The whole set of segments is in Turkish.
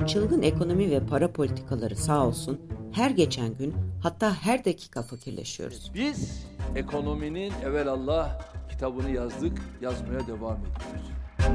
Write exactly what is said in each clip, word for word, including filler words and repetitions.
çılgın ekonomi ve para politikaları sağ olsun her geçen gün, hatta her dakika fakirleşiyoruz. Biz ekonominin evelallah kitabını yazdık, yazmaya devam ediyoruz.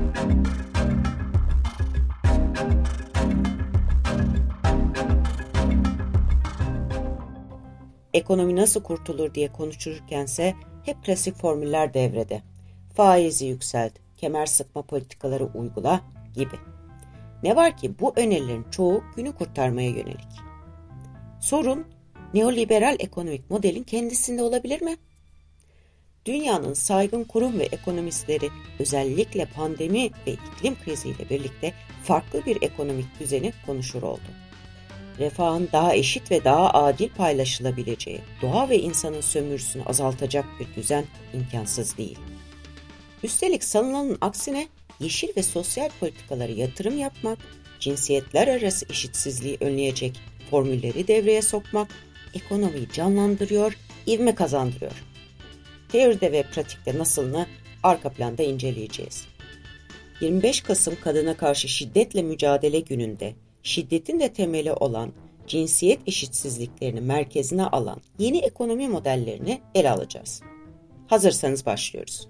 Ekonomi nasıl kurtulur diye konuşurkense hep klasik formüller devrede. Faizi yükselt, kemer sıkma politikaları uygula gibi. Ne var ki bu önerilerin çoğu günü kurtarmaya yönelik. Sorun, neoliberal ekonomik modelin kendisinde olabilir mi? Dünyanın saygın kurum ve ekonomistleri özellikle pandemi ve iklim kriziyle birlikte farklı bir ekonomik düzeni konuşur oldu. Refahın daha eşit ve daha adil paylaşılabileceği, doğa ve insanın sömürüsünü azaltacak bir düzen imkansız değil. Üstelik sanılanın aksine yeşil ve sosyal politikalara yatırım yapmak, cinsiyetler arası eşitsizliği önleyecek formülleri devreye sokmak, ekonomiyi canlandırıyor, ivme kazandırıyor. Teoride ve pratikte nasılını arka planda inceleyeceğiz. yirmi beş Kasım Kadına Karşı Şiddetle Mücadele Günü'nde şiddetin de temeli olan cinsiyet eşitsizliklerini merkezine alan yeni ekonomi modellerini ele alacağız. Hazırsanız başlıyoruz.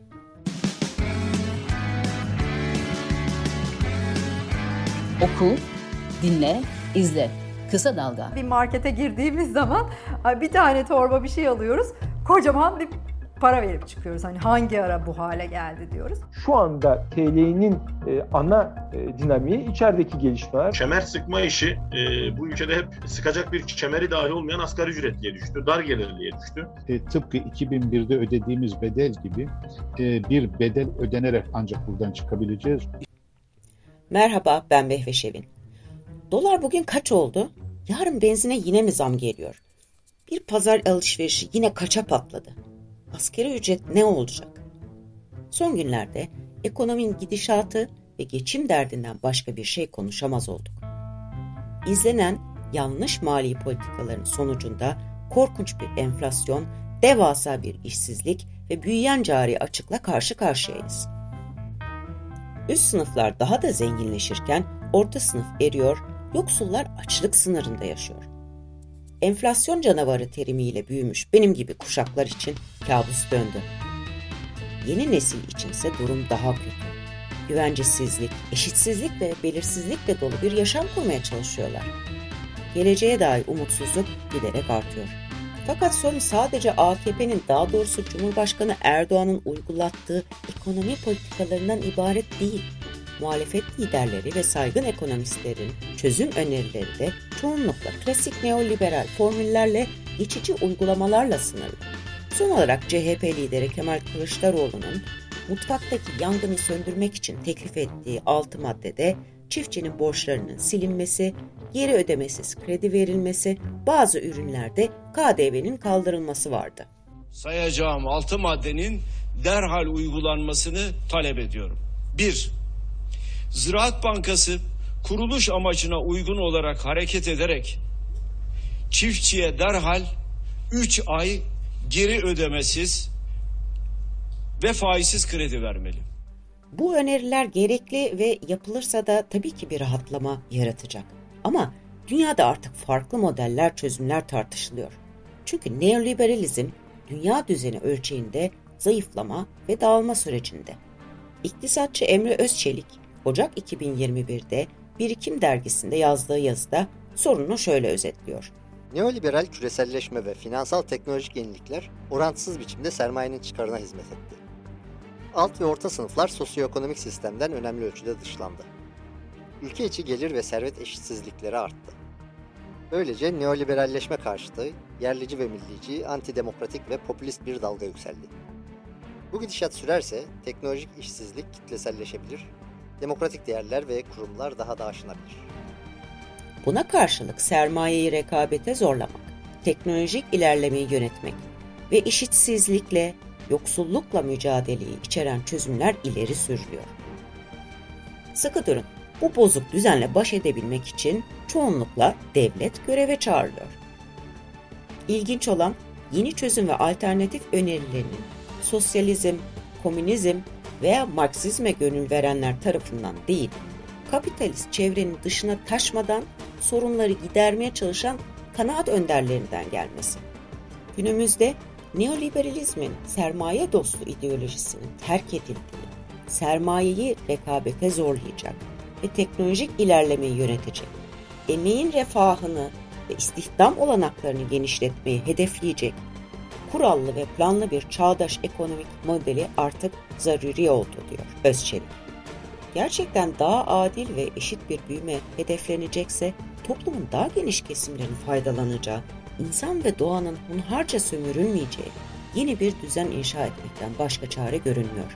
Oku, dinle, izle. Kısa Dalga. Bir markete girdiğimiz zaman bir tane torba bir şey alıyoruz. Kocaman bir para verip çıkıyoruz. Hani hangi ara bu hale geldi diyoruz. Şu anda T L'nin e, ana e, dinamiği içerideki gelişmeler. Kemer sıkma işi e, bu ülkede hep sıkacak bir kemeri dahi olmayan asgari ücretliye düştü. Dar gelirliye düştü. E, tıpkı iki bin birde ödediğimiz bedel gibi e, bir bedel ödenerek ancak buradan çıkabileceğiz. Merhaba, ben Mehveş Evin. Dolar bugün kaç oldu? Yarın benzine yine mi zam geliyor? Bir pazar alışverişi yine kaça patladı? Asgari ücret ne olacak? Son günlerde ekonominin gidişatı ve geçim derdinden başka bir şey konuşamaz olduk. İzlenen yanlış mali politikaların sonucunda korkunç bir enflasyon, devasa bir işsizlik ve büyüyen cari açıkla karşı karşıyayız. Üst sınıflar daha da zenginleşirken orta sınıf eriyor, yoksullar açlık sınırında yaşıyor. Enflasyon canavarı terimiyle büyümüş benim gibi kuşaklar için kabus döndü. Yeni nesil içinse durum daha kötü. Güvencesizlik, eşitsizlik ve belirsizlikle dolu bir yaşam kurmaya çalışıyorlar. Geleceğe dair umutsuzluk giderek artıyor. Fakat sorun sadece A K P'nin, daha doğrusu Cumhurbaşkanı Erdoğan'ın uygulattığı ekonomi politikalarından ibaret değil. Muhalefet liderleri ve saygın ekonomistlerin çözüm önerileri de çoğunlukla klasik neoliberal formüllerle, geçici uygulamalarla sınırlı. Son olarak C H P lideri Kemal Kılıçdaroğlu'nun mutfaktaki yangını söndürmek için teklif ettiği altı maddede çiftçinin borçlarının silinmesi, geri ödemesiz kredi verilmesi, bazı ürünlerde K D V'nin kaldırılması vardı. Sayacağım altı maddenin derhal uygulanmasını talep ediyorum. bir. Ziraat Bankası kuruluş amacına uygun olarak hareket ederek çiftçiye derhal üç ay geri ödemesiz ve faizsiz kredi vermeli. Bu öneriler gerekli ve yapılırsa da tabii ki bir rahatlama yaratacak. Ama dünyada artık farklı modeller, çözümler tartışılıyor. Çünkü neoliberalizm dünya düzeni ölçeğinde zayıflama ve dağılma sürecinde. İktisatçı Emre Özçelik, Ocak iki bin yirmi birde Birikim dergisinde yazdığı yazıda sorunu şöyle özetliyor. Neoliberal küreselleşme ve finansal teknolojik yenilikler orantısız biçimde sermayenin çıkarına hizmet etti. Alt ve orta sınıflar sosyoekonomik sistemden önemli ölçüde dışlandı. Ülke içi gelir ve servet eşitsizlikleri arttı. Böylece neoliberalleşme karşıtı, yerlici ve millici, antidemokratik ve popülist bir dalga yükseldi. Bu gidişat sürerse teknolojik işsizlik kitleselleşebilir, demokratik değerler ve kurumlar daha da aşınabilir. Buna karşılık sermayeyi rekabete zorlamak, teknolojik ilerlemeyi yönetmek ve eşitsizlikle, yoksullukla mücadeleyi içeren çözümler ileri sürülüyor. Sıkı durun, bu bozuk düzenle baş edebilmek için çoğunlukla devlet göreve çağrılıyor. İlginç olan yeni çözüm ve alternatif önerilerinin sosyalizm, komünizm veya Marksizme gönül verenler tarafından değil, kapitalist çevrenin dışına taşmadan sorunları gidermeye çalışan kanaat önderlerinden gelmesi. Günümüzde neoliberalizmin sermaye dostu ideolojisinin terk edildiği, sermayeyi rekabete zorlayacak ve teknolojik ilerlemeyi yönetecek, emeğin refahını ve istihdam olanaklarını genişletmeyi hedefleyecek kurallı ve planlı bir çağdaş ekonomik modeli artık zaruri oldu diyor Özçelik. Gerçekten daha adil ve eşit bir büyüme hedeflenecekse toplumun daha geniş kesimlerin faydalanacağı, insan ve doğanın hunharca sömürülmeyeceği yeni bir düzen inşa etmekten başka çare görünmüyor.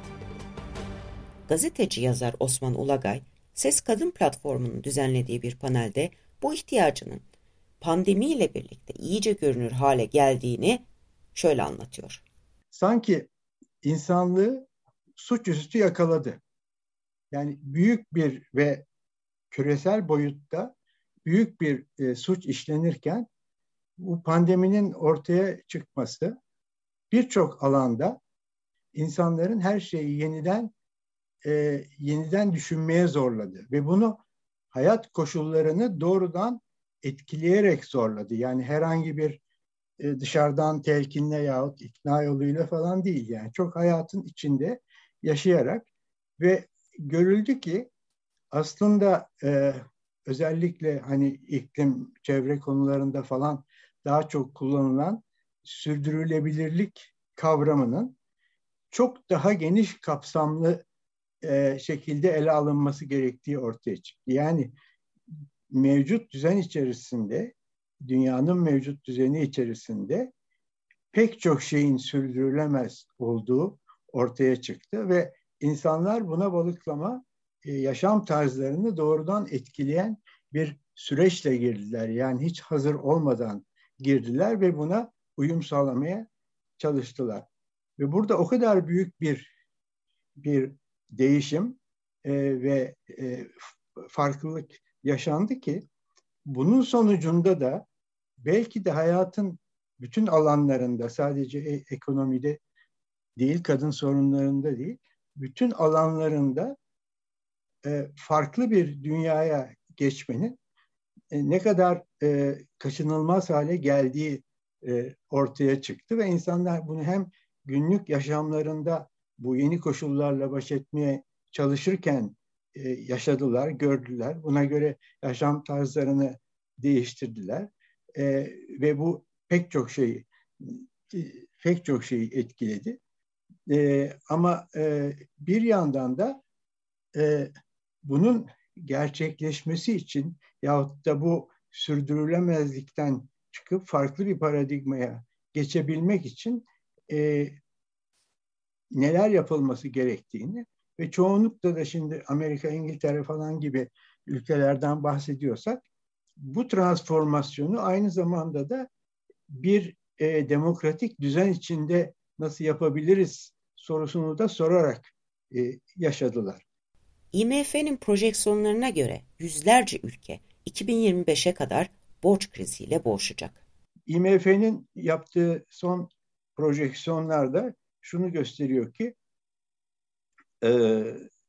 Gazeteci yazar Osman Ulagay, Ses Kadın platformunun düzenlediği bir panelde bu ihtiyacının pandemiyle birlikte iyice görünür hale geldiğini şöyle anlatıyor. Sanki insanlığı suçüstü yakaladı. Yani büyük bir ve küresel boyutta büyük bir e, suç işlenirken bu pandeminin ortaya çıkması birçok alanda insanların her şeyi yeniden e, yeniden düşünmeye zorladı ve bunu hayat koşullarını doğrudan etkileyerek zorladı. Yani herhangi bir e, dışarıdan telkinle yahut ikna yoluyla falan değil. Yani çok hayatın içinde yaşayarak ve görüldü ki aslında e, özellikle hani iklim, çevre konularında falan daha çok kullanılan sürdürülebilirlik kavramının çok daha geniş kapsamlı e, şekilde ele alınması gerektiği ortaya çıktı. Yani mevcut düzen içerisinde, dünyanın mevcut düzeni içerisinde pek çok şeyin sürdürülemez olduğu ortaya çıktı ve insanlar buna balıklama e, yaşam tarzlarını doğrudan etkileyen bir süreçle girdiler. Yani hiç hazır olmadan girdiler ve buna uyum sağlamaya çalıştılar. Ve burada o kadar büyük bir bir değişim e, ve e, farklılık yaşandı ki bunun sonucunda da belki de hayatın bütün alanlarında, sadece e- ekonomide değil, kadın sorunlarında değil, bütün alanlarında e, farklı bir dünyaya geçmenin e, ne kadar e, kaçınılmaz hale geldiği e, ortaya çıktı ve insanlar bunu hem günlük yaşamlarında bu yeni koşullarla baş etmeye çalışırken e, yaşadılar, gördüler. Buna göre yaşam tarzlarını değiştirdiler e, ve bu pek çok şeyi e, pek çok şeyi etkiledi. E, ama e, bir yandan da e, bunun gerçekleşmesi için yahut da bu sürdürülemezlikten çıkıp farklı bir paradigmaya geçebilmek için e, neler yapılması gerektiğini ve çoğunlukla da şimdi Amerika, İngiltere falan gibi ülkelerden bahsediyorsak bu transformasyonu aynı zamanda da bir e, demokratik düzen içinde nasıl yapabiliriz sorusunu da sorarak e, yaşadılar. I M F'nin projeksiyonlarına göre yüzlerce ülke iki bin yirmi beşe kadar borç kriziyle boğuşacak. I M F'nin yaptığı son projeksiyonlarda şunu gösteriyor ki e,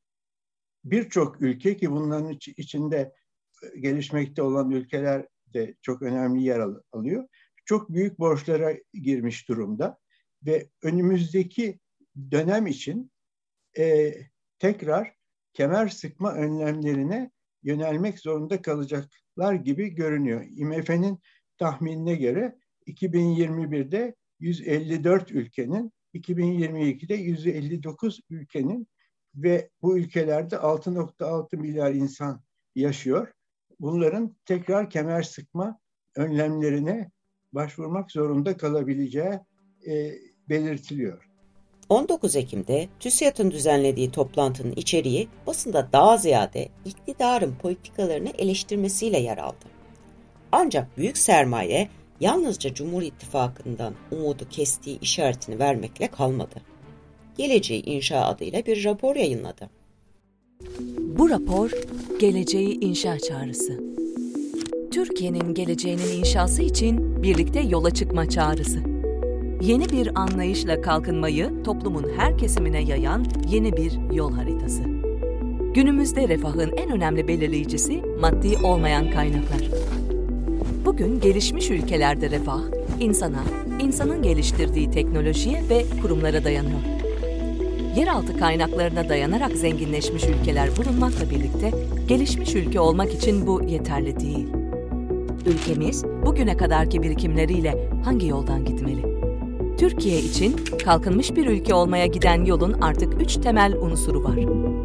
birçok ülke, ki bunların iç, içinde gelişmekte olan ülkeler de çok önemli yer al, alıyor. Çok büyük borçlara girmiş durumda ve önümüzdeki dönem için e, tekrar kemer sıkma önlemlerine yönelmek zorunda kalacaklar gibi görünüyor. I M F'nin tahminine göre iki bin yirmi birde yüz elli dört ülkenin, iki bin yirmi ikide yüz elli dokuz ülkenin ve bu ülkelerde altı nokta altı milyar insan yaşıyor. Bunların tekrar kemer sıkma önlemlerine başvurmak zorunda kalabileceği e, belirtiliyor. on dokuz Ekim'de TÜSİAD'ın düzenlediği toplantının içeriği basında daha ziyade iktidarın politikalarını eleştirmesiyle yer aldı. Ancak büyük sermaye yalnızca Cumhur İttifakı'ndan umudu kestiği işaretini vermekle kalmadı. Geleceği İnşa adıyla bir rapor yayınladı. Bu rapor, Geleceği İnşa Çağrısı. Türkiye'nin geleceğinin inşası için birlikte yola çıkma çağrısı. Yeni bir anlayışla kalkınmayı toplumun her kesimine yayan yeni bir yol haritası. Günümüzde refahın en önemli belirleyicisi maddi olmayan kaynaklar. Bugün gelişmiş ülkelerde refah, insana, insanın geliştirdiği teknolojiye ve kurumlara dayanıyor. Yeraltı kaynaklarına dayanarak zenginleşmiş ülkeler bulunmakla birlikte gelişmiş ülke olmak için bu yeterli değil. Ülkemiz bugüne kadarki birikimleriyle hangi yoldan gitmeli? Türkiye için kalkınmış bir ülke olmaya giden yolun artık üç temel unsuru var.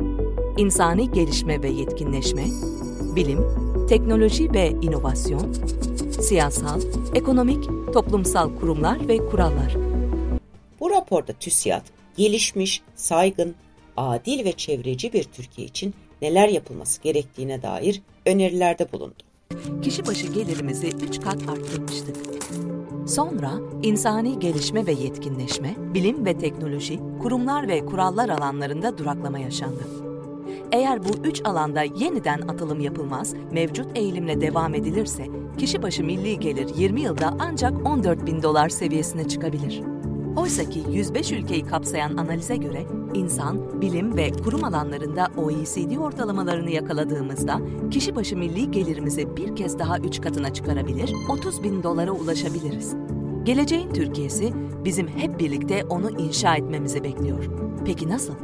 İnsani gelişme ve yetkinleşme, bilim, teknoloji ve inovasyon, siyasal, ekonomik, toplumsal kurumlar ve kurallar. Bu raporda TÜSİAD, gelişmiş, saygın, adil ve çevreci bir Türkiye için neler yapılması gerektiğine dair önerilerde bulundu. Kişi başı gelirimizi üç kat arttırmıştık. Sonra insani gelişme ve yetkinleşme, bilim ve teknoloji, kurumlar ve kurallar alanlarında duraklama yaşandı. Eğer bu üç alanda yeniden atılım yapılmaz, mevcut eğilimle devam edilirse, kişi başı milli gelir yirmi yılda ancak on dört bin dolar seviyesine çıkabilir. Oysaki yüz beş ülkeyi kapsayan analize göre insan, bilim ve kurum alanlarında O E C D ortalamalarını yakaladığımızda kişi başı milli gelirimizi bir kez daha üç katına çıkarabilir, otuz bin dolara ulaşabiliriz. Geleceğin Türkiye'si bizim hep birlikte onu inşa etmemizi bekliyor. Peki nasıl?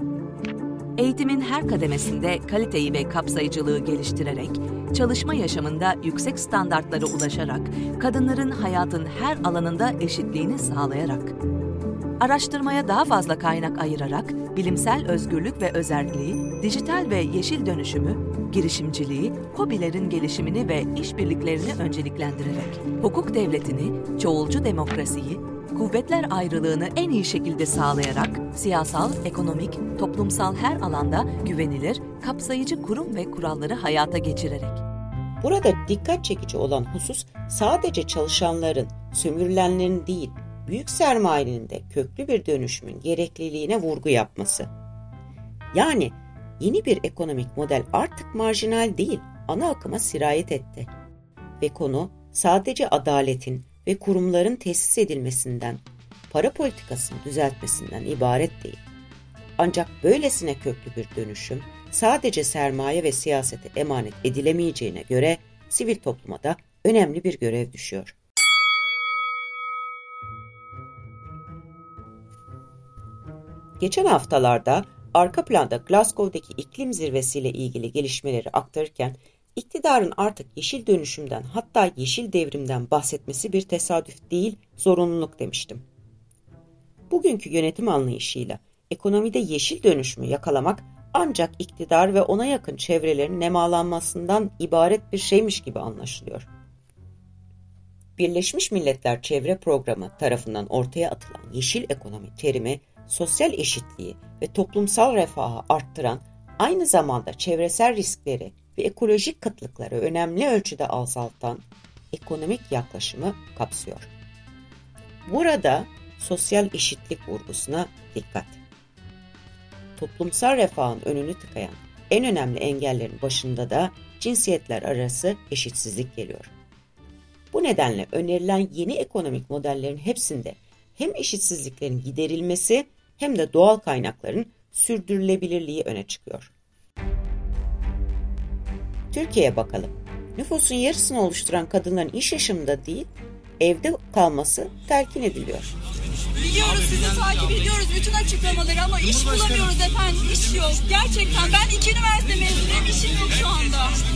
Eğitimin her kademesinde kaliteyi ve kapsayıcılığı geliştirerek, çalışma yaşamında yüksek standartlara ulaşarak, kadınların hayatın her alanında eşitliğini sağlayarak, araştırmaya daha fazla kaynak ayırarak, bilimsel özgürlük ve özerkliği, dijital ve yeşil dönüşümü, girişimciliği, KOBİ'lerin gelişimini ve işbirliklerini önceliklendirerek, hukuk devletini, çoğulcu demokrasiyi, kuvvetler ayrılığını en iyi şekilde sağlayarak, siyasal, ekonomik, toplumsal her alanda güvenilir, kapsayıcı kurum ve kuralları hayata geçirerek. Burada dikkat çekici olan husus sadece çalışanların, sömürülenlerin değil, büyük sermayenin de köklü bir dönüşümün gerekliliğine vurgu yapması. Yani yeni bir ekonomik model artık marjinal değil, ana akıma sirayet etti. Ve konu sadece adaletin ve kurumların tesis edilmesinden, para politikasını düzeltmesinden ibaret değil. Ancak böylesine köklü bir dönüşüm sadece sermaye ve siyasete emanet edilemeyeceğine göre sivil topluma da önemli bir görev düşüyor. Geçen haftalarda arka planda Glasgow'daki iklim zirvesiyle ilgili gelişmeleri aktarırken iktidarın artık yeşil dönüşümden hatta yeşil devrimden bahsetmesi bir tesadüf değil, zorunluluk demiştim. Bugünkü yönetim anlayışıyla ekonomide yeşil dönüşümü yakalamak ancak iktidar ve ona yakın çevrelerin nemalanmasından ibaret bir şeymiş gibi anlaşılıyor. Birleşmiş Milletler Çevre Programı tarafından ortaya atılan yeşil ekonomi terimi, sosyal eşitliği ve toplumsal refahı arttıran, aynı zamanda çevresel riskleri ve ekolojik kıtlıkları önemli ölçüde azaltan ekonomik yaklaşımı kapsıyor. Burada sosyal eşitlik vurgusuna dikkat. Toplumsal refahın önünü tıkayan en önemli engellerin başında da cinsiyetler arası eşitsizlik geliyor. Bu nedenle önerilen yeni ekonomik modellerin hepsinde hem eşitsizliklerin giderilmesi hem de doğal kaynakların sürdürülebilirliği öne çıkıyor. Türkiye'ye bakalım. Nüfusun yarısını oluşturan kadınların iş yaşamında değil, evde kalması telkin ediliyor. Biliyoruz, sizi takip ediyoruz bütün açıklamaları ama iş bulamıyoruz efendim, iş yok. Gerçekten ben iki üniversite mezunuyum, işim yok şu anda.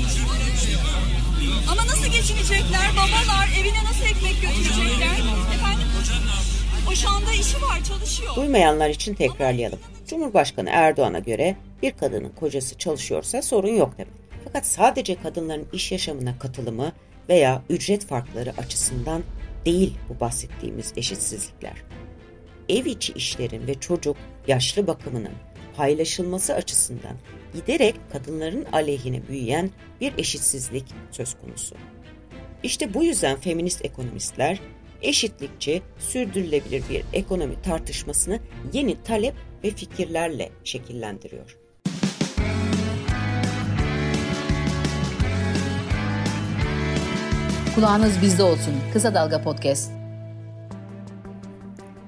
Ama nasıl geçinecekler? Babalar evine nasıl ekmek götürecekler? Efendim? O şu anda işi var, çalışıyor. Duymayanlar için tekrarlayalım. Cumhurbaşkanı Erdoğan'a göre bir kadının kocası çalışıyorsa sorun yok demek. Fakat sadece kadınların iş yaşamına katılımı veya ücret farkları açısından değil bu bahsettiğimiz eşitsizlikler. Ev içi işlerin ve çocuk, yaşlı bakımının paylaşılması açısından giderek kadınların aleyhine büyüyen bir eşitsizlik söz konusu. İşte bu yüzden feminist ekonomistler eşitlikçi, sürdürülebilir bir ekonomi tartışmasını yeni talep ve fikirlerle şekillendiriyor. Kulağınız bizde olsun. Kısa Dalga Podcast.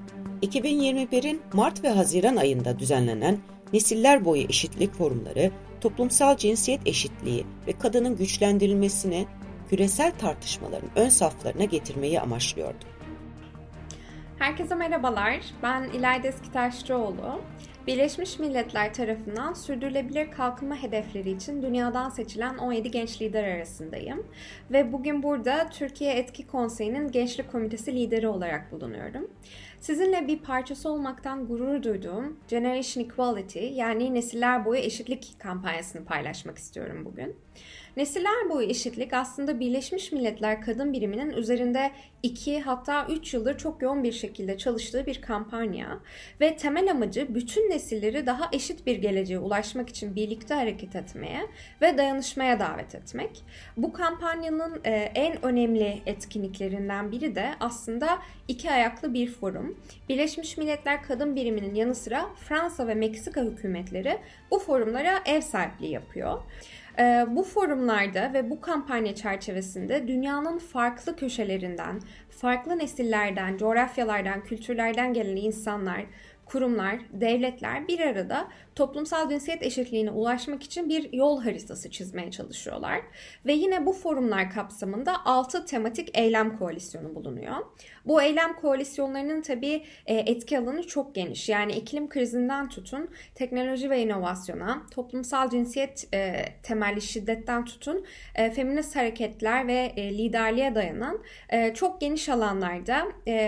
iki bin yirmi birin Mart ve Haziran ayında düzenlenen Nesiller Boyu Eşitlik Forumları toplumsal cinsiyet eşitliği ve kadının güçlendirilmesini küresel tartışmaların ön saflarına getirmeyi amaçlıyordu. Herkese merhabalar, ben İlayda Eskitaşçıoğlu. Birleşmiş Milletler tarafından sürdürülebilir kalkınma hedefleri için dünyadan seçilen on yedi genç lider arasındayım. Ve bugün burada Türkiye Etki Konseyi'nin Gençlik Komitesi lideri olarak bulunuyorum. Sizinle bir parçası olmaktan gurur duyduğum Generation Equality yani Nesiller Boyu Eşitlik kampanyasını paylaşmak istiyorum bugün. Nesiller Boyu Eşitlik aslında Birleşmiş Milletler Kadın Biriminin üzerinde iki hatta üç yıldır çok yoğun bir şekilde çalıştığı bir kampanya ve temel amacı bütün nesilleri daha eşit bir geleceğe ulaşmak için birlikte hareket etmeye ve dayanışmaya davet etmek. Bu kampanyanın en önemli etkinliklerinden biri de aslında iki ayaklı bir forum. Birleşmiş Milletler Kadın Biriminin yanı sıra Fransa ve Meksika hükümetleri bu forumlara ev sahipliği yapıyor. Bu forumlarda ve bu kampanya çerçevesinde dünyanın farklı köşelerinden, farklı nesillerden, coğrafyalardan, kültürlerden gelen insanlar, kurumlar, devletler bir arada toplumsal cinsiyet eşitliğine ulaşmak için bir yol haritası çizmeye çalışıyorlar. Ve yine bu forumlar kapsamında altı tematik eylem koalisyonu bulunuyor. Bu eylem koalisyonlarının tabii etki alanı çok geniş. Yani iklim krizinden tutun, teknoloji ve inovasyona, toplumsal cinsiyet temelli şiddetten tutun, feminist hareketler ve liderliğe dayanan çok geniş alanlarda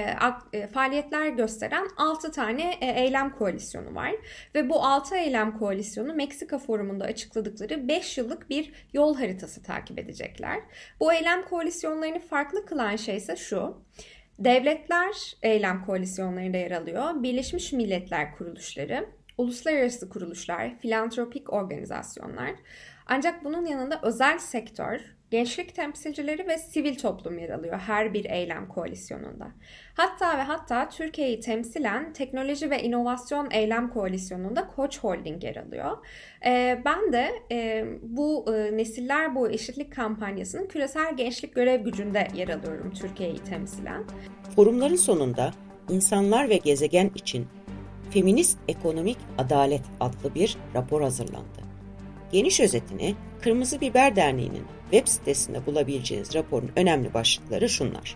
faaliyetler gösteren altı tane eylem koalisyonu var. Ve bu altı eylem koalisyonu Meksika forumunda açıkladıkları beş yıllık bir yol haritası takip edecekler. Bu eylem koalisyonlarını farklı kılan şey ise şu: devletler eylem koalisyonlarında yer alıyor, Birleşmiş Milletler kuruluşları, uluslararası kuruluşlar, filantropik organizasyonlar. Ancak bunun yanında özel sektör, gençlik temsilcileri ve sivil toplum yer alıyor her bir eylem koalisyonunda. Hatta ve hatta Türkiye'yi temsilen Teknoloji ve İnovasyon Eylem Koalisyonu'nda Koç Holding yer alıyor. Ee, ben de e, bu e, Nesiller Boyu Eşitlik kampanyasının küresel gençlik görev gücünde yer alıyorum Türkiye'yi temsilen. Forumların sonunda İnsanlar ve Gezegen için Feminist Ekonomik Adalet adlı bir rapor hazırlandı. Geniş özetini Kırmızı Biber Derneği'nin web sitesinde bulabileceğiniz raporun önemli başlıkları şunlar: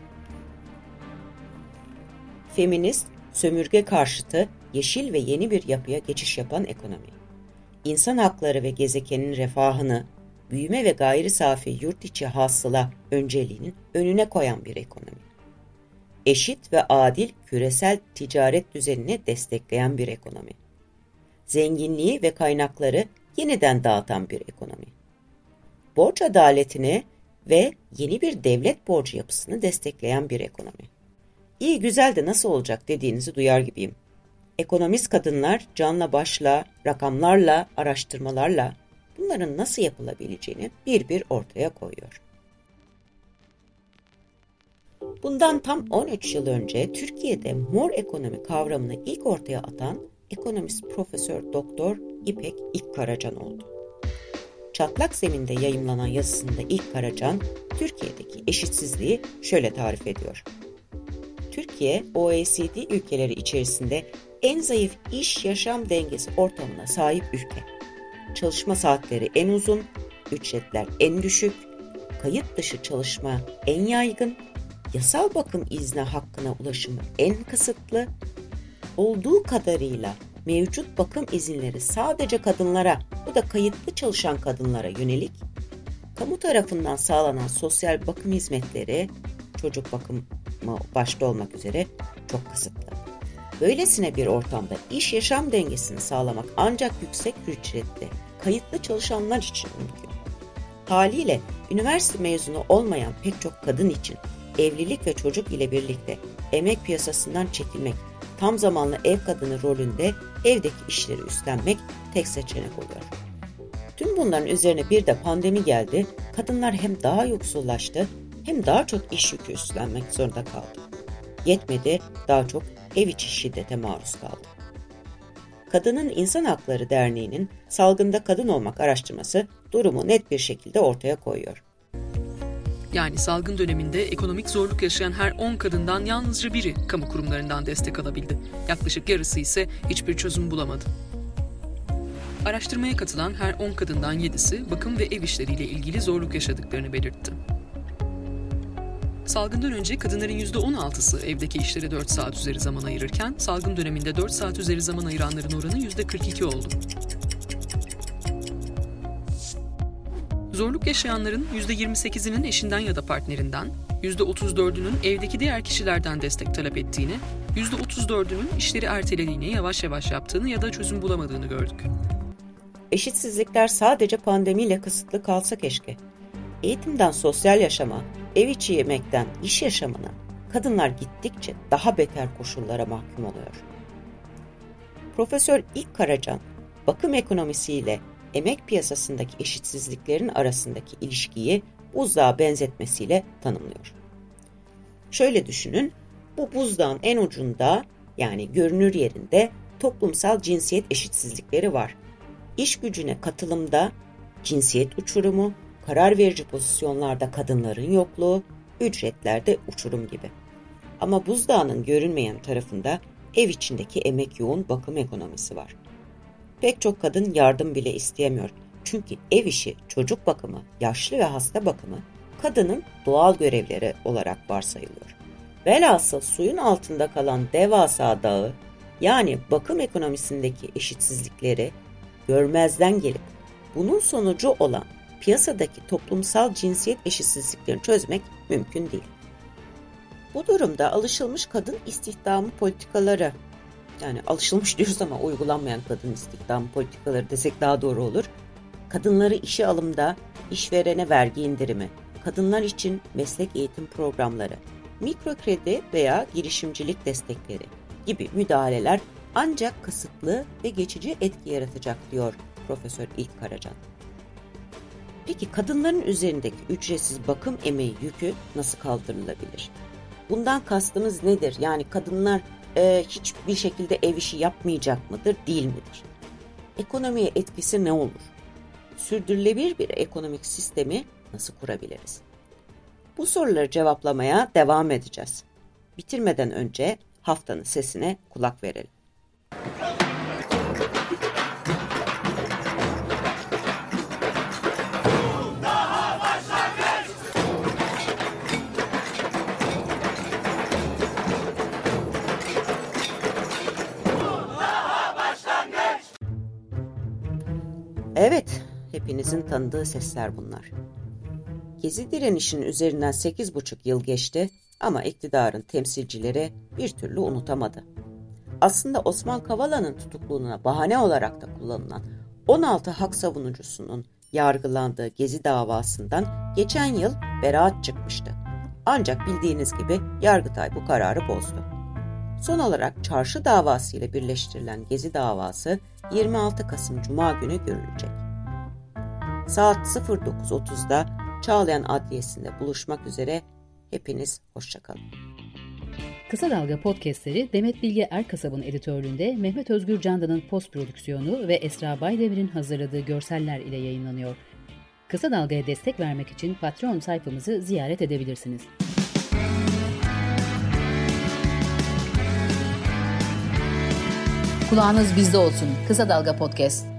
Feminist, sömürge karşıtı, yeşil ve yeni bir yapıya geçiş yapan ekonomi. İnsan hakları ve gezegenin refahını, büyüme ve gayri safi yurt içi hasıla önceliğinin önüne koyan bir ekonomi. Eşit ve adil küresel ticaret düzenini destekleyen bir ekonomi. Zenginliği ve kaynakları yeniden dağıtan bir ekonomi. Borç adaletini ve yeni bir devlet borcu yapısını destekleyen bir ekonomi. İyi güzel de nasıl olacak dediğinizi duyar gibiyim. Ekonomist kadınlar canla başla, rakamlarla, araştırmalarla bunların nasıl yapılabileceğini bir bir ortaya koyuyor. Bundan tam on üç yıl önce Türkiye'de mor ekonomi kavramını ilk ortaya atan ekonomist Profesör Doktor İpek İlk Karacan oldu. Çatlak Zemin'de yayımlanan yazısında İlk Karacan, Türkiye'deki eşitsizliği şöyle tarif ediyor. Türkiye, O E C D ülkeleri içerisinde en zayıf iş-yaşam dengesi ortamına sahip ülke. Çalışma saatleri en uzun, ücretler en düşük, kayıt dışı çalışma en yaygın, yasal bakım izni hakkına ulaşımı en kısıtlı, olduğu kadarıyla mevcut bakım izinleri sadece kadınlara, bu da kayıtlı çalışan kadınlara yönelik, kamu tarafından sağlanan sosyal bakım hizmetleri, çocuk bakımı başta olmak üzere çok kısıtlı. Böylesine bir ortamda iş-yaşam dengesini sağlamak ancak yüksek ücretli, kayıtlı çalışanlar için mümkün. Haliyle üniversite mezunu olmayan pek çok kadın için evlilik ve çocuk ile birlikte emek piyasasından çekilmek, tam zamanlı ev kadını rolünde evdeki işleri üstlenmek tek seçenek oluyor. Tüm bunların üzerine bir de pandemi geldi, kadınlar hem daha yoksullaştı hem daha çok iş yükü üstlenmek zorunda kaldı. Yetmedi, daha çok ev içi şiddete maruz kaldı. Kadının İnsan Hakları Derneği'nin salgında kadın olmak araştırması durumu net bir şekilde ortaya koyuyor. Yani salgın döneminde ekonomik zorluk yaşayan her on kadından yalnızca biri kamu kurumlarından destek alabildi. Yaklaşık yarısı ise hiçbir çözüm bulamadı. Araştırmaya katılan her on kadından yedisi bakım ve ev işleriyle ilgili zorluk yaşadıklarını belirtti. Salgından önce kadınların yüzde on altısı evdeki işlere dört saat üzeri zaman ayırırken, salgın döneminde dört saat üzeri zaman ayıranların oranı yüzde kırk iki oldu. Zorluk yaşayanların yüzde yirmi sekizinin eşinden ya da partnerinden, yüzde otuz dördünün evdeki diğer kişilerden destek talep ettiğini, yüzde otuz dördünün işleri ertelediğini, yavaş yavaş yaptığını ya da çözüm bulamadığını gördük. Eşitsizlikler sadece pandemiyle kısıtlı kalsa keşke. Eğitimden sosyal yaşama, ev içi yemekten iş yaşamına kadınlar gittikçe daha beter koşullara mahkum oluyor. Profesör İlk Karacan, bakım ekonomisiyle emek piyasasındaki eşitsizliklerin arasındaki ilişkiyi buzdağı benzetmesiyle tanımlıyor. Şöyle düşünün, bu buzdağın en ucunda, yani görünür yerinde toplumsal cinsiyet eşitsizlikleri var. İş gücüne katılımda cinsiyet uçurumu, karar verici pozisyonlarda kadınların yokluğu, ücretlerde uçurum gibi. Ama buzdağının görünmeyen tarafında ev içindeki emek yoğun bakım ekonomisi var. Pek çok kadın yardım bile isteyemiyor. Çünkü ev işi, çocuk bakımı, yaşlı ve hasta bakımı kadının doğal görevleri olarak varsayılıyor. Velhasıl suyun altında kalan devasa dağı, yani bakım ekonomisindeki eşitsizlikleri görmezden gelip bunun sonucu olan piyasadaki toplumsal cinsiyet eşitsizliklerini çözmek mümkün değil. Bu durumda alışılmış kadın istihdamı politikaları, yani alışılmış diyoruz ama uygulanmayan kadın istihdamı politikaları desek daha doğru olur, kadınları işe alımda işverene vergi indirimi, kadınlar için meslek eğitim programları, mikro kredi veya girişimcilik destekleri gibi müdahaleler ancak kısıtlı ve geçici etki yaratacak diyor Profesör İlk Karacan. Peki kadınların üzerindeki ücretsiz bakım emeği yükü nasıl kaldırılabilir? Bundan kastımız nedir? Yani kadınlar e, hiçbir şekilde ev işi yapmayacak mıdır, değil midir? Ekonomiye etkisi ne olur? Sürdürülebilir bir ekonomik sistemi nasıl kurabiliriz? Bu soruları cevaplamaya devam edeceğiz. Bitirmeden önce haftanın sesine kulak verelim. Evet, hepinizin tanıdığı sesler bunlar. Gezi direnişinin üzerinden sekiz buçuk yıl geçti ama iktidarın temsilcileri bir türlü unutamadı. Aslında Osman Kavala'nın tutukluğuna bahane olarak da kullanılan on altı hak savunucusunun yargılandığı Gezi davasından geçen yıl beraat çıkmıştı. Ancak bildiğiniz gibi Yargıtay bu kararı bozdu. Son olarak çarşı davası ile birleştirilen Gezi davası yirmi altı Kasım Cuma günü görülecek. Saat sıfır dokuz otuzda Çağlayan Adliyesi'nde buluşmak üzere. Hepiniz hoşçakalın. Kısa Dalga podcastleri Demet Bilge Erkasab'ın editörlüğünde Mehmet Özgür Candan'ın post prodüksiyonu ve Esra Baydemir'in hazırladığı görseller ile yayınlanıyor. Kısa Dalga'ya destek vermek için Patreon sayfamızı ziyaret edebilirsiniz. Kulağınız bizde olsun. Kısa Dalga Podcast.